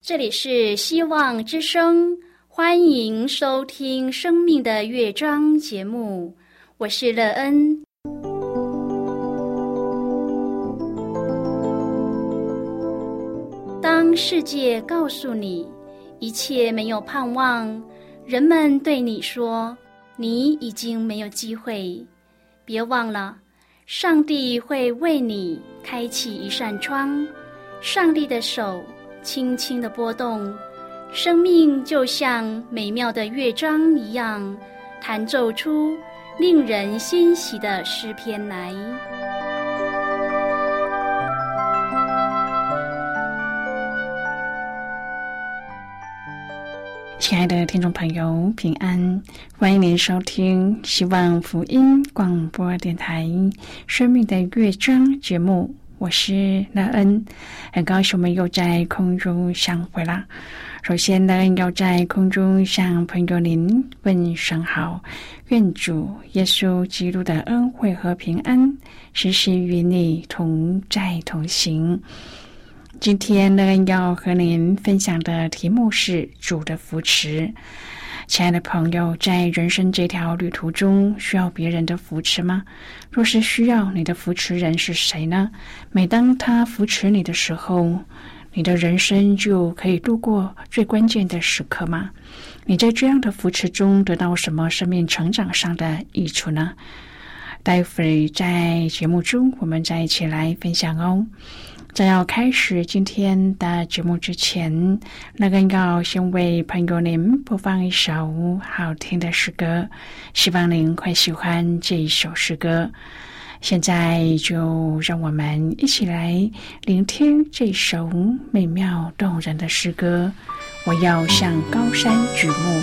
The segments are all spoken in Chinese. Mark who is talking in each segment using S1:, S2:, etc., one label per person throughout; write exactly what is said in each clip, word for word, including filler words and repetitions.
S1: 这里是希望之声，欢迎收听生命的乐章节目，我是乐恩。当世界告诉你一切没有盼望，人们对你说你已经没有机会，别忘了上帝会为你开启一扇窗，上帝的手轻轻地拨动，生命就像美妙的乐章一样，弹奏出令人欣喜的诗篇来。
S2: 亲爱的听众朋友，平安，欢迎您收听希望福音广播电台生命的乐章节目，我是乐恩，很高兴我们又在空中相会啦。首先乐恩要在空中向朋友您问声好，愿主耶稣基督的恩惠和平安时时与你同在同行。今天乐恩要和您分享的题目是主的扶持。亲爱的朋友，在人生这条旅途中，需要别人的扶持吗？若是需要，你的扶持人是谁呢？每当他扶持你的时候，你的人生就可以度过最关键的时刻吗？你在这样的扶持中得到什么生命成长上的益处呢？待会在节目中我们再一起来分享哦。在要开始今天的节目之前，乐恩要先为朋友您播放一首好听的诗歌，希望您会喜欢这一首诗歌。现在就让我们一起来聆听这首美妙动人的诗歌，我要向高山举目。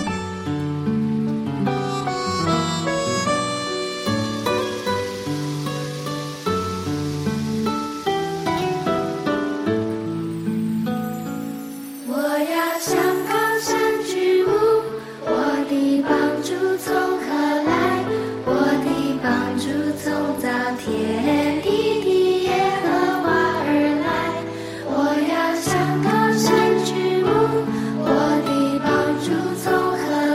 S3: 我的帮助从何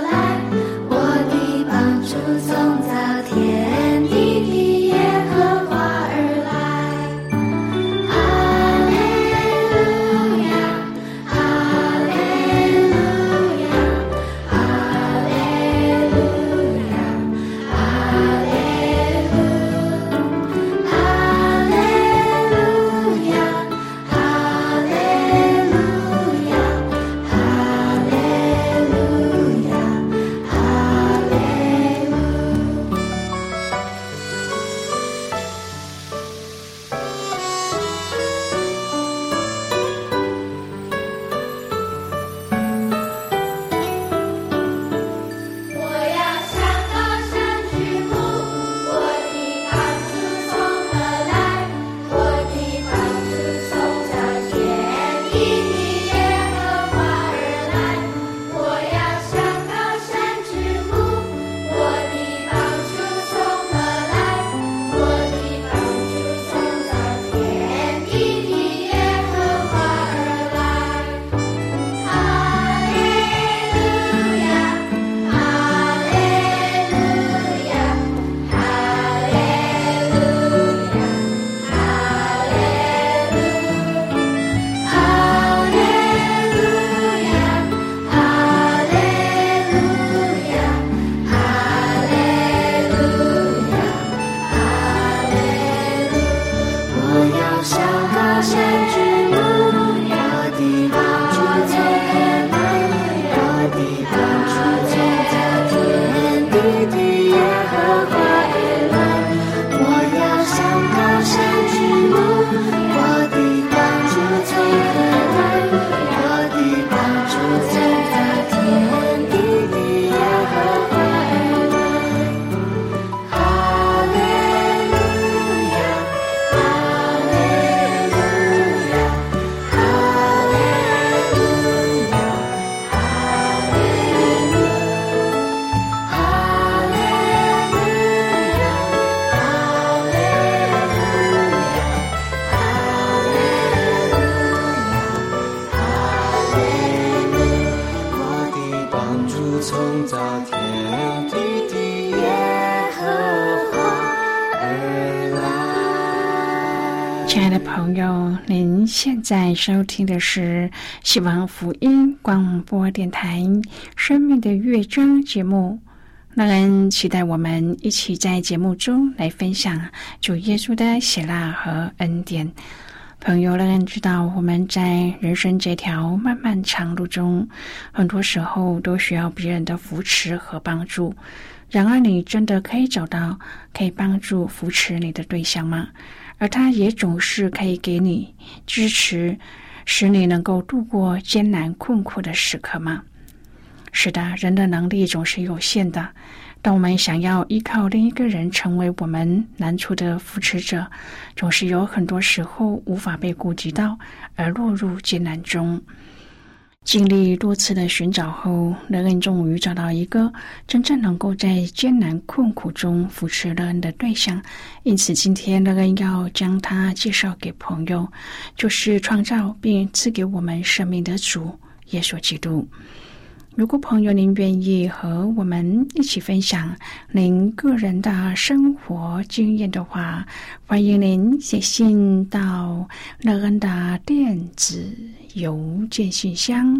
S3: 从造天地的耶和华而来。
S2: 亲爱的朋友，您现在收听的是希望福音广播电台生命的乐章节目，让人期待我们一起在节目中来分享主耶稣的喜乐和恩典。朋友，让人知道我们在人生这条漫漫长路中，很多时候都需要别人的扶持和帮助。然而你真的可以找到可以帮助扶持你的对象吗？而他也总是可以给你支持，使你能够度过艰难困苦的时刻吗？是的，人的能力总是有限的。当我们想要依靠另一个人成为我们难处的扶持者，总是有很多时候无法被顾及到，而落入艰难中。经历多次的寻找后，乐恩终于找到一个真正能够在艰难困苦中扶持乐恩的对象，因此今天乐恩要将他介绍给朋友，就是创造并赐给我们生命的主耶稣基督。如果朋友您愿意和我们一起分享您个人的生活经验的话，欢迎您写信到乐恩的电子邮件信箱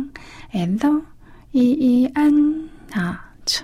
S2: l e e n at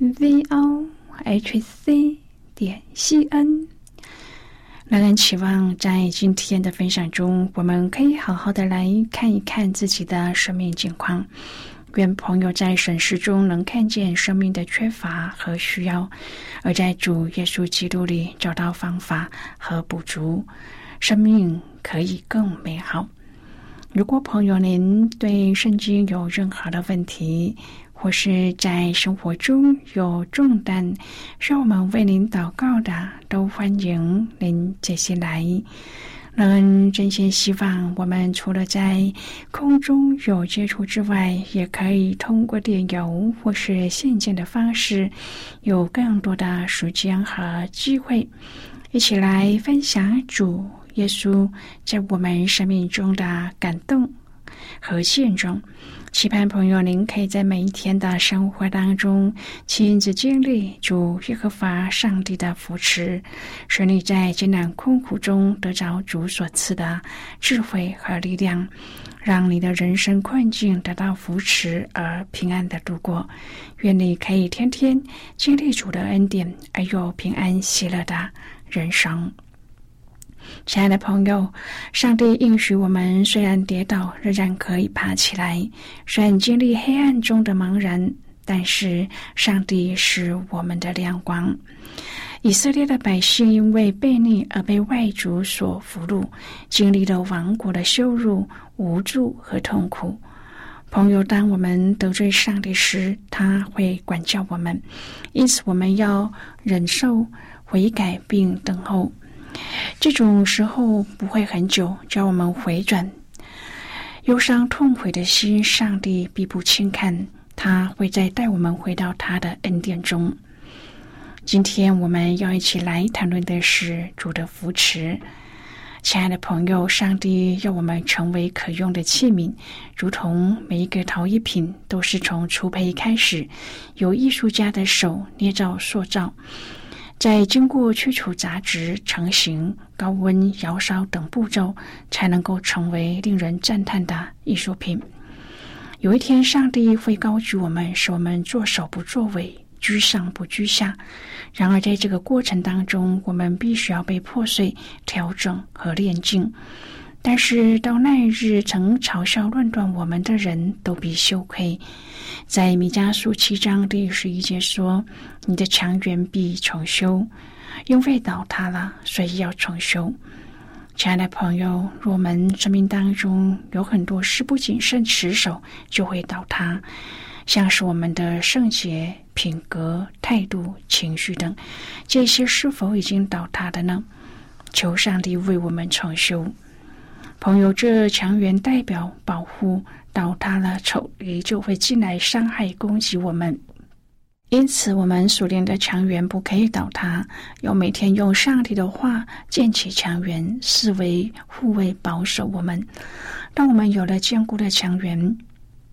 S2: v o h c 点 c n。乐恩期望在今天的分享中，我们可以好好的来看一看自己的生命境况。愿朋友在审视中能看见生命的缺乏和需要，而在主耶稣基督里找到方法和补足，生命可以更美好。如果朋友您对圣经有任何的问题，或是在生活中有重担需要我们为您祷告的，都欢迎您写信来。乐恩真心希望我们除了在空中有接触之外，也可以通过电邮或是信件的方式，有更多的时间和机会，一起来分享主耶稣在我们生命中的感动和见证。期盼朋友您可以在每一天的生活当中亲自经历主耶和华上帝的扶持，使你在艰难困苦中得着主所赐的智慧和力量，让你的人生困境得到扶持而平安的度过。愿你可以天天经历主的恩典，而有平安喜乐的人生。亲爱的朋友，上帝应许我们，虽然跌倒仍然可以爬起来，虽然经历黑暗中的茫然，但是上帝是我们的亮光。以色列的百姓因为悖逆而被外族所俘虏，经历了亡国的羞辱、无助和痛苦。朋友，当我们得罪上帝时，他会管教我们，因此我们要忍受、悔改并等候。这种时候不会很久，只要我们回转，忧伤痛悔的心，上帝必不轻看，他会再带我们回到他的恩典中。今天我们要一起来谈论的是主的扶持。亲爱的朋友，上帝要我们成为可用的器皿，如同每一个陶艺品都是从初胚开始，由艺术家的手捏造塑造，在经过去除杂质、成型、高温窑烧等步骤，才能够成为令人赞叹的艺术品。有一天，上帝会高举我们，使我们作首不作尾，居上不居下。然而在这个过程当中，我们必须要被破碎、调整和炼净。但是到那一日，曾嘲笑论断我们的人都必羞愧。在弥迦书七章第十一节说，你的墙垣必重修，因为倒塌了，所以要重修。亲爱的朋友，若我们生命当中有很多事不谨慎持守，就会倒塌，像是我们的圣洁、品格、态度、情绪等，这些是否已经倒塌的呢？求上帝为我们重修。朋友，这墙垣代表保护，倒塌了，仇敌就会进来伤害攻击我们。因此我们属灵的墙垣不可以倒塌，要每天用上帝的话建起墙垣，视为护卫保守我们。当我们有了坚固的墙垣，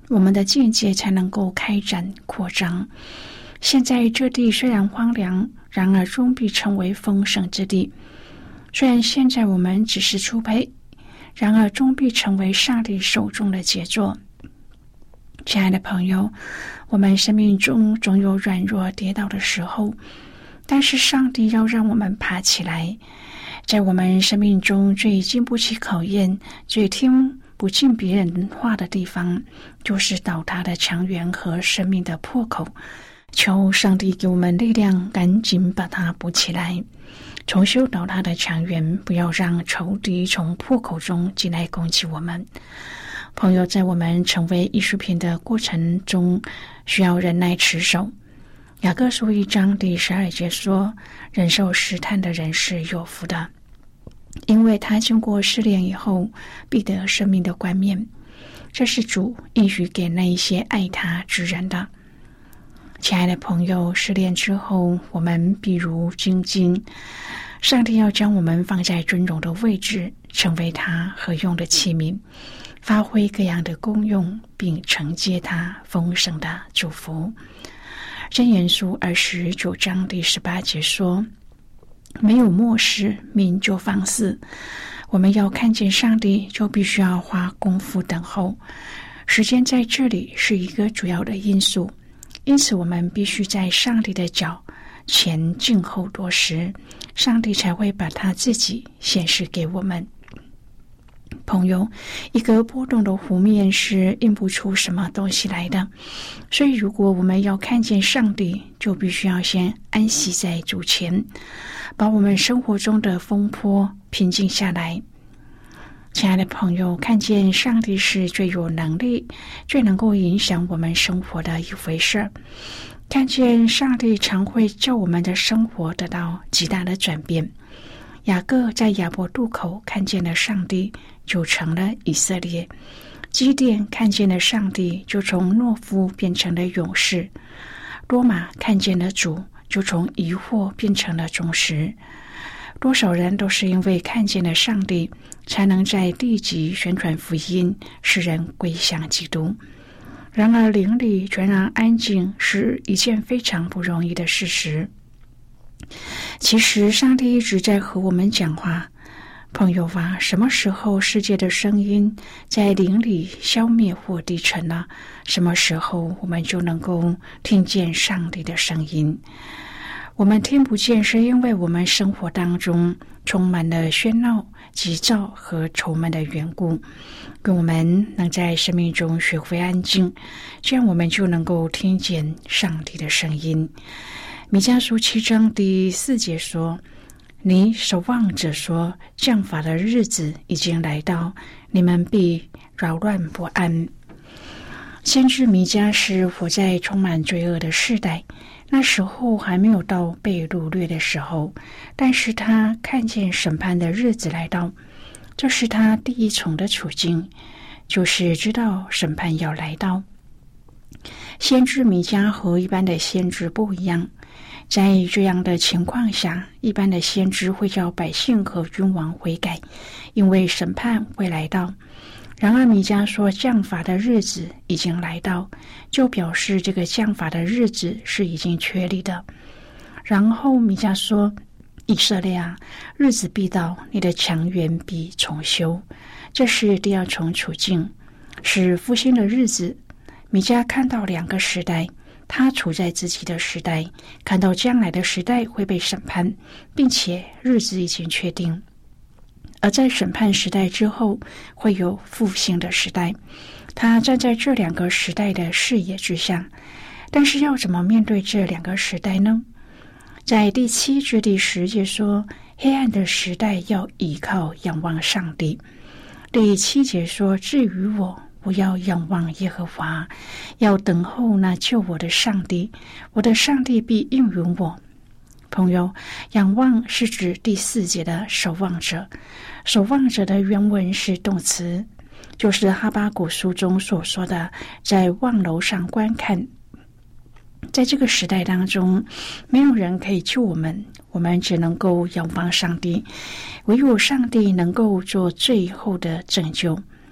S2: 我们的境界才能够开展扩张。现在这地虽然荒凉，然而终必成为丰盛之地。虽然现在我们只是初胚，然而终必成为上帝手中的杰作。亲爱的朋友，我们生命中总有软弱跌倒的时候，但是上帝要让我们爬起来。在我们生命中最经不起考验、最听不进别人话的地方，就是倒塌的墙垣和生命的破口。求上帝给我们力量，赶紧把它补起来，重修倒塌的墙垣，不要让仇敌从破口中进来攻击我们。朋友，在我们成为艺术品的过程中，需要忍耐持守。雅各书一章第十二节说，忍受试探的人是有福的，因为他经过试炼以后，必得生命的冠冕。这是主应许给那一些爱他之人的。亲爱的朋友，试炼之后，我们必如精金。上帝要将我们放在尊荣的位置，成为他合用的器皿，发挥各样的功用，并承接他丰盛的祝福。箴言书二十九章第十八节说，没有默示，民就放肆。我们要看见上帝，就必须要花功夫等候。时间在这里是一个主要的因素，因此我们必须在上帝的脚前静候多时，上帝才会把他自己显示给我们。朋友，一个波动的湖面是映不出什么东西来的，所以如果我们要看见上帝，就必须要先安息在主前，把我们生活中的风波平静下来。亲爱的朋友，看见上帝是最有能力、最能够影响我们生活的一回事。看见上帝常会叫我们的生活得到极大的转变。雅各在亚伯渡口看见了上帝，就成了以色列；基甸看见了上帝，就从懦夫变成了勇士；多马看见了主，就从疑惑变成了忠实。多少人都是因为看见了上帝，才能在地极宣传福音，使人归向基督。然而灵里全然安静是一件非常不容易的事实。其实上帝一直在和我们讲话。朋友啊，什么时候世界的声音在灵里消灭或低沉了，什么时候我们就能够听见上帝的声音。我们听不见，是因为我们生活当中充满了喧闹、急躁和愁闷的缘故。愿我们能在生命中学会安静，这样我们就能够听见上帝的声音。弥迦书七章第四节说，你守望者说，降罚的日子已经来到，你们必扰乱不安。先知弥迦是活在充满罪恶的世代，那时候还没有到被掳掠的时候，但是他看见审判的日子来到，这是他第一重的处境，就是知道审判要来到。先知弥迦和一般的先知不一样，在这样的情况下，一般的先知会叫百姓和君王悔改，因为审判会来到。然而弥迦说降罚的日子已经来到，就表示这个降罚的日子是已经确立的。然后弥迦说，以色列啊，日子必到，你的墙垣必重修。这是第二重处境，是复兴的日子。弥迦看到两个时代，他处在自己的时代，看到将来的时代会被审判，并且日子已经确定。而在审判时代之后，会有复兴的时代。他站在这两个时代的视野之下，但是要怎么面对这两个时代呢？在第七至第十节说，黑暗的时代要倚靠仰望上帝。第七节说，至于我，我要仰望耶和华，要等候那救我的上帝，我的上帝必应允我。朋友，仰望是指第四节的守望者，守望者的原文是动词，就是哈巴谷书中所说的在望楼上观看。在这个时代当中，没有人可以救我们，我们只能够仰望上帝，唯有上帝能够做最后的拯救。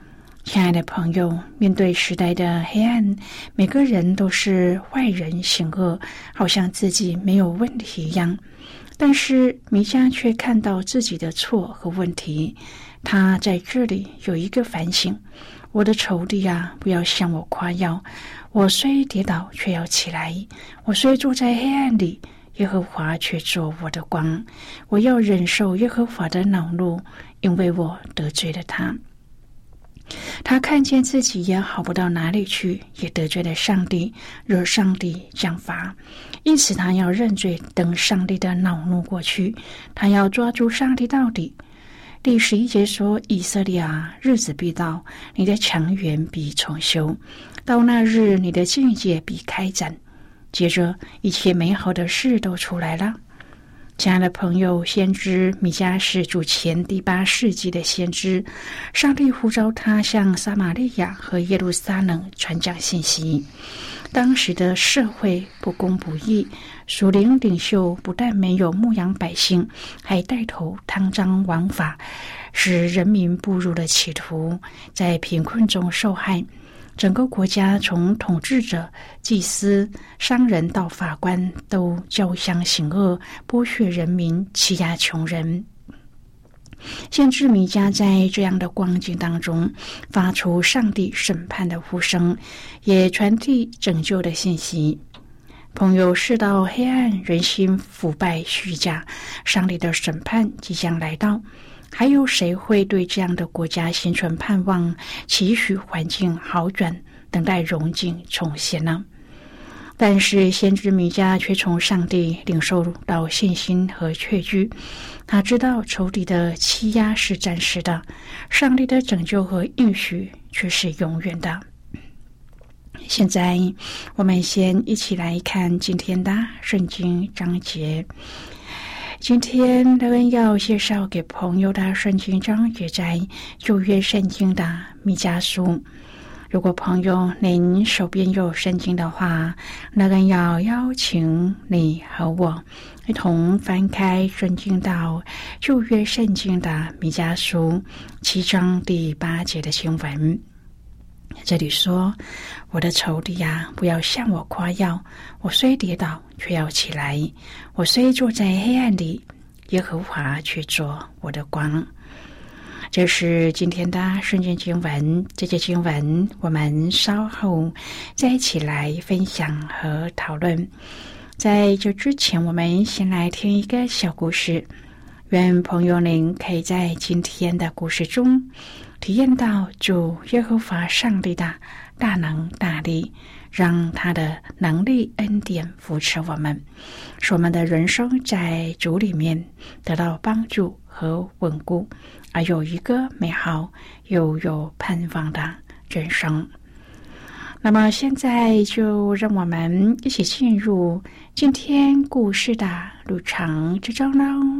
S2: 亲爱的朋友，面对时代的黑暗，每个人都是坏人行恶，好像自己没有问题一样。但是弥迦却看到自己的错和问题，他在这里有一个反省：我的仇敌啊，不要向我夸耀，我虽跌倒却要起来，我虽坐在黑暗里，耶和华却做我的光，我要忍受耶和华的恼怒，因为我得罪了他。他看见自己也好不到哪里去，也得罪了上帝，惹上帝降罚，因此他要认罪，等上帝的恼怒过去，他要抓住上帝到底。第十一节说：以色列啊，日子必到，你的强援必重修，到那日你的境界必开展。接着一切美好的事都出来了。亲爱的朋友，先知弥迦是主前第八世纪的先知，上帝呼召他向撒玛利亚和耶路撒冷传讲信息。当时的社会不公不义，属灵领袖不但没有牧养百姓，还带头贪赃枉法，使人民步入了歧途，在贫困中受害。整个国家从统治者、祭司、商人到法官都交相行恶，剥削人民，欺压穷人。先知弥迦在这样的光景当中发出上帝审判的呼声，也传递拯救的信息。朋友，世道黑暗，人心腐败虚假，上帝的审判即将来到，还有谁会对这样的国家心存盼望，期许环境好转，等待荣景重现呢？但是先知弥迦却从上帝领受到信心和确据，他知道仇敌的欺压是暂时的，上帝的拯救和应许却是永远的。现在我们先一起来看今天的圣经章节。今天乐恩要介绍给朋友的圣经章节在旧约圣经的弥迦书。如果朋友您手边有圣经的话，乐恩要邀请你和我一同翻开圣经到旧约圣经的弥迦书七章第八节的经文。这里说：我的仇敌啊，不要向我夸耀，我虽跌倒却要起来，我虽坐在黑暗里，耶和华却做我的光。这是今天的圣经经文，这节经文我们稍后再一起来分享和讨论。在这之前，我们先来听一个小故事，愿朋友您可以在今天的故事中体验到主耶和华上帝的大能大力，让他的能力恩典扶持我们，使我们的人生在主里面得到帮助和稳固，而有一个美好又有盼望的人生。那么现在就让我们一起进入今天故事的路程之中喽。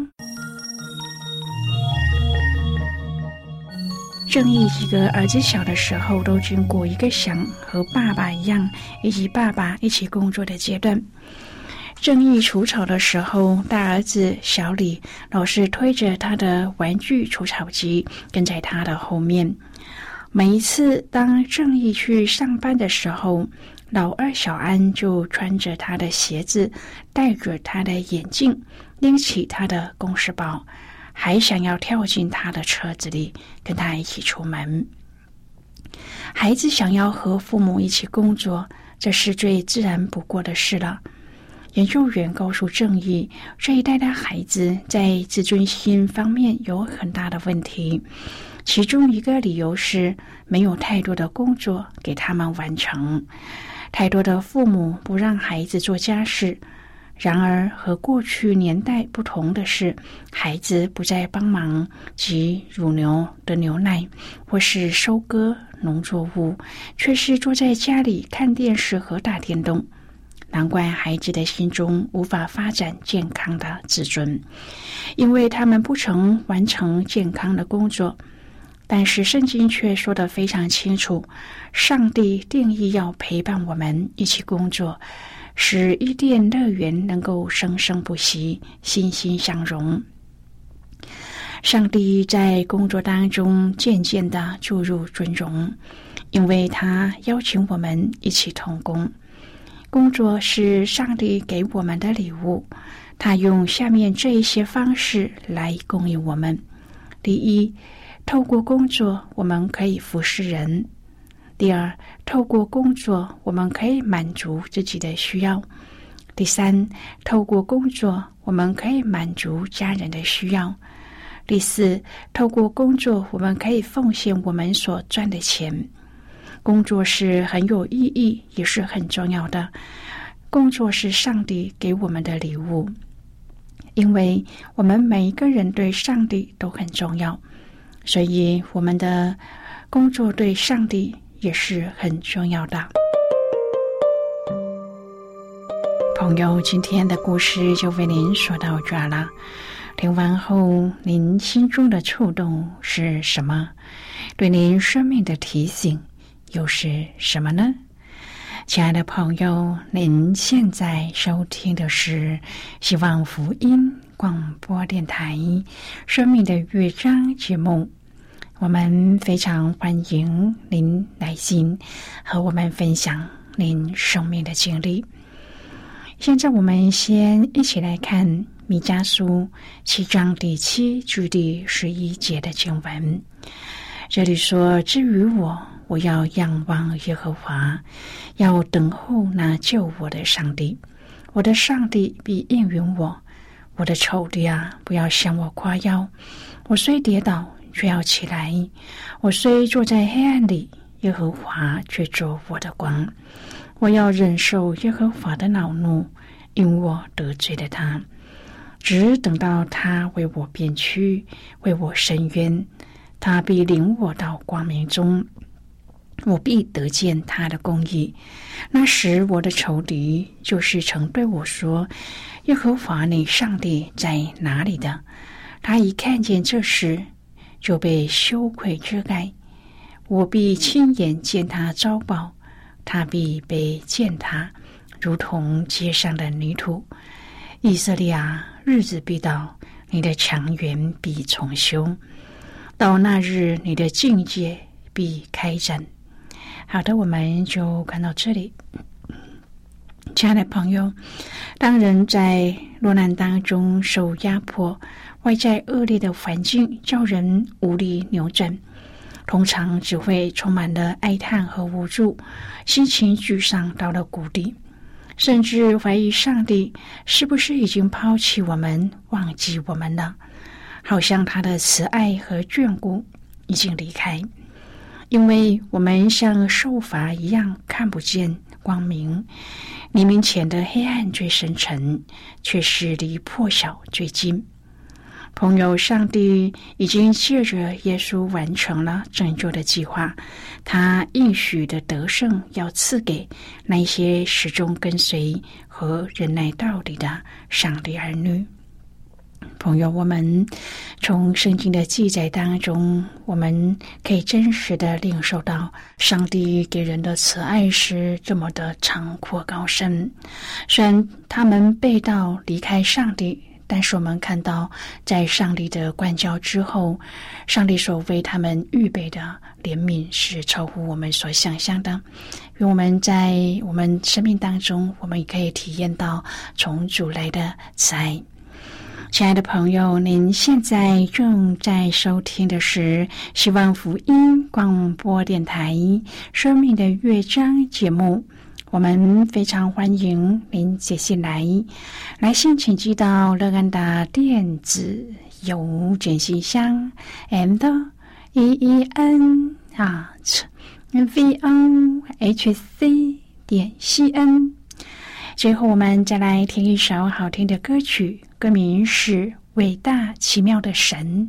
S2: 正义几个儿子小的时候都经过一个像和爸爸一样以及爸爸一起工作的阶段。正义除草的时候，大儿子小李老是推着他的玩具除草机跟在他的后面。每一次当正义去上班的时候，老二小安就穿着他的鞋子，戴着他的眼镜，拎起他的公事包，还想要跳进他的车子里跟他一起出门。孩子想要和父母一起工作，这是最自然不过的事了。研究员告诉正义，这一代的孩子在自尊心方面有很大的问题，其中一个理由是没有太多的工作给他们完成，太多的父母不让孩子做家事。然而和过去年代不同的是，孩子不再帮忙挤乳牛的牛奶或是收割农作物，却是坐在家里看电视和打电动。难怪孩子的心中无法发展健康的自尊，因为他们不曾完成健康的工作。但是圣经却说得非常清楚，上帝定义要陪伴我们一起工作，使伊甸乐园能够生生不息，欣欣向荣。 上帝在工作当中渐渐地注入尊荣，因为他邀请我们一起同工。工作是上帝给我们的礼物，他用下面这一些方式来供应我们。第一，透过工作我们可以服侍人；第二，透过工作我们可以满足自己的需要；第三，透过工作我们可以满足家人的需要；第四，透过工作我们可以奉献我们所赚的钱。工作是很有意义，也是很重要的。工作是上帝给我们的礼物，因为我们每一个人对上帝都很重要，所以我们的工作对上帝也是很重要的。朋友，今天的故事就为您说到这儿了。听完后，您心中的触动是什么？对您生命的提醒又是什么呢？亲爱的朋友，您现在收听的是希望福音广播电台生命的乐章节目，我们非常欢迎您来信和我们分享您生命的经历。现在我们先一起来看弥迦书七章第七至第十一节的经文。这里说，至于我，我要仰望耶和华，要等候那救我的上帝。我的上帝必应允我。我的仇敌啊，不要向我夸耀。我虽跌倒，却要起来；我虽坐在黑暗里，耶和华却做我的光。我要忍受耶和华的恼怒，因我得罪了他。只等到他为我辩屈，为我伸冤，他必领我到光明中，我必得见他的公义。那时我的仇敌就是曾对我说，耶和华你上帝在哪里的？他一看见这事，就被羞愧遮盖。我必亲眼见他遭报，他必被践踏，如同街上的泥土。以色列啊，日子必到，你的强援必重修，到那日，你的境界必开展。好的，我们就看到这里。亲爱的朋友，当人在落难当中受压迫，外在恶劣的环境叫人无力扭转，通常只会充满了哀叹和无助，心情沮丧到了谷底，甚至怀疑上帝是不是已经抛弃我们，忘记我们了，好像他的慈爱和眷顾已经离开。因为我们像受罚一样看不见光明，黎明前的黑暗最深沉，却是离破晓最近。朋友，上帝已经借着耶稣完成了拯救的计划，他应许的得胜要赐给那些始终跟随和忍耐到底的上帝儿女。朋友，我们从圣经的记载当中，我们可以真实的领受到上帝给人的慈爱是这么的长阔高深。虽然他们背道离开上帝，但是我们看到在上帝的管教之后，上帝所为他们预备的怜悯是超乎我们所想象的。因为我们在我们生命当中，我们也可以体验到从主来的慈爱。亲爱的朋友，您现在正在收听的是希望福音广播电台生命的乐章节目，我们非常欢迎您写信来，来信请寄到乐安达电子邮件信箱 and e e n at v o h c 点 c n。最后我们再来听一首好听的歌曲，歌名是《伟大奇妙的神》。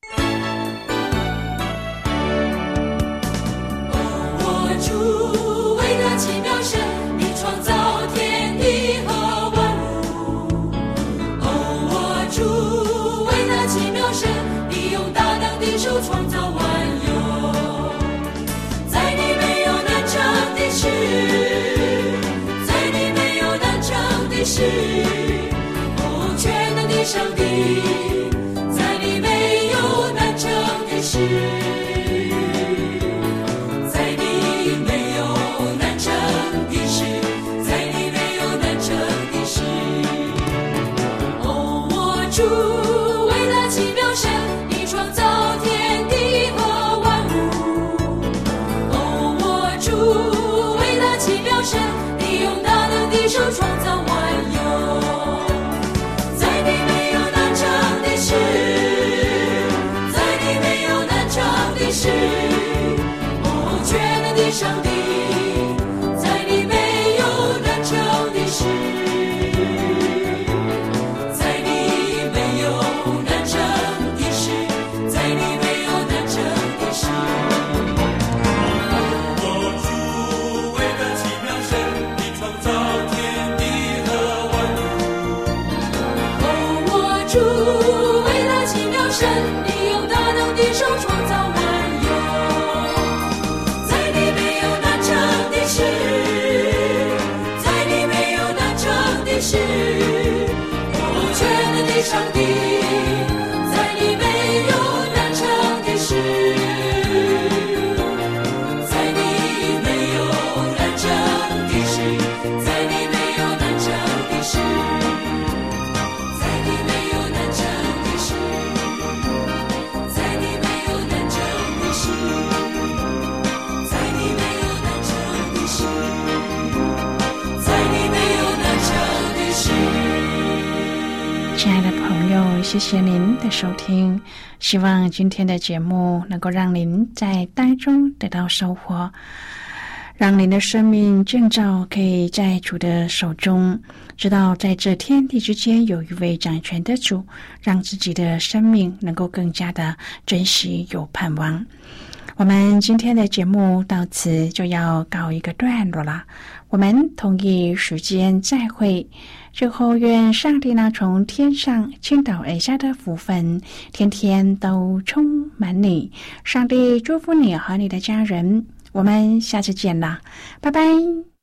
S3: 我主伟大奇妙神，你创造天地和万物。哦，我主伟大奇妙神，你用大能的手创造万有，在你没有难成的事，在你没有难成的事。哦，全能的上帝，在你没有神，你用大能的手创造万有，在你没有难成的事，在你没有难成的事，哦，全能的上帝，在你没有难成的事，在你没有难成的事，在你没有难成的事。
S4: 我主为了奇妙神，你创造天地和万物。
S3: 哦，我主为了奇妙神，你用大能的手创造万有，在你没有难成的事，在你没有难成的事，哦，全能的上帝，在你没有难成的事，在你没有难成的事，在你没有难成的事，在你没有难成的事，在你没有难成的事，在你没有难成的事，在你没有难成的事。
S2: 亲爱的朋友，谢谢您的收听，希望今天的节目能够让您在当中得到收获，让您的生命建造可以在主的手中，知道在这天地之间有一位掌权的主，让自己的生命能够更加的珍惜有盼望。我们今天的节目到此就要告一个段落了，我们同一时间再会。最后愿上帝那从天上倾倒而下的福分天天都充满你，上帝祝福你和你的家人，我们下次见了，拜拜。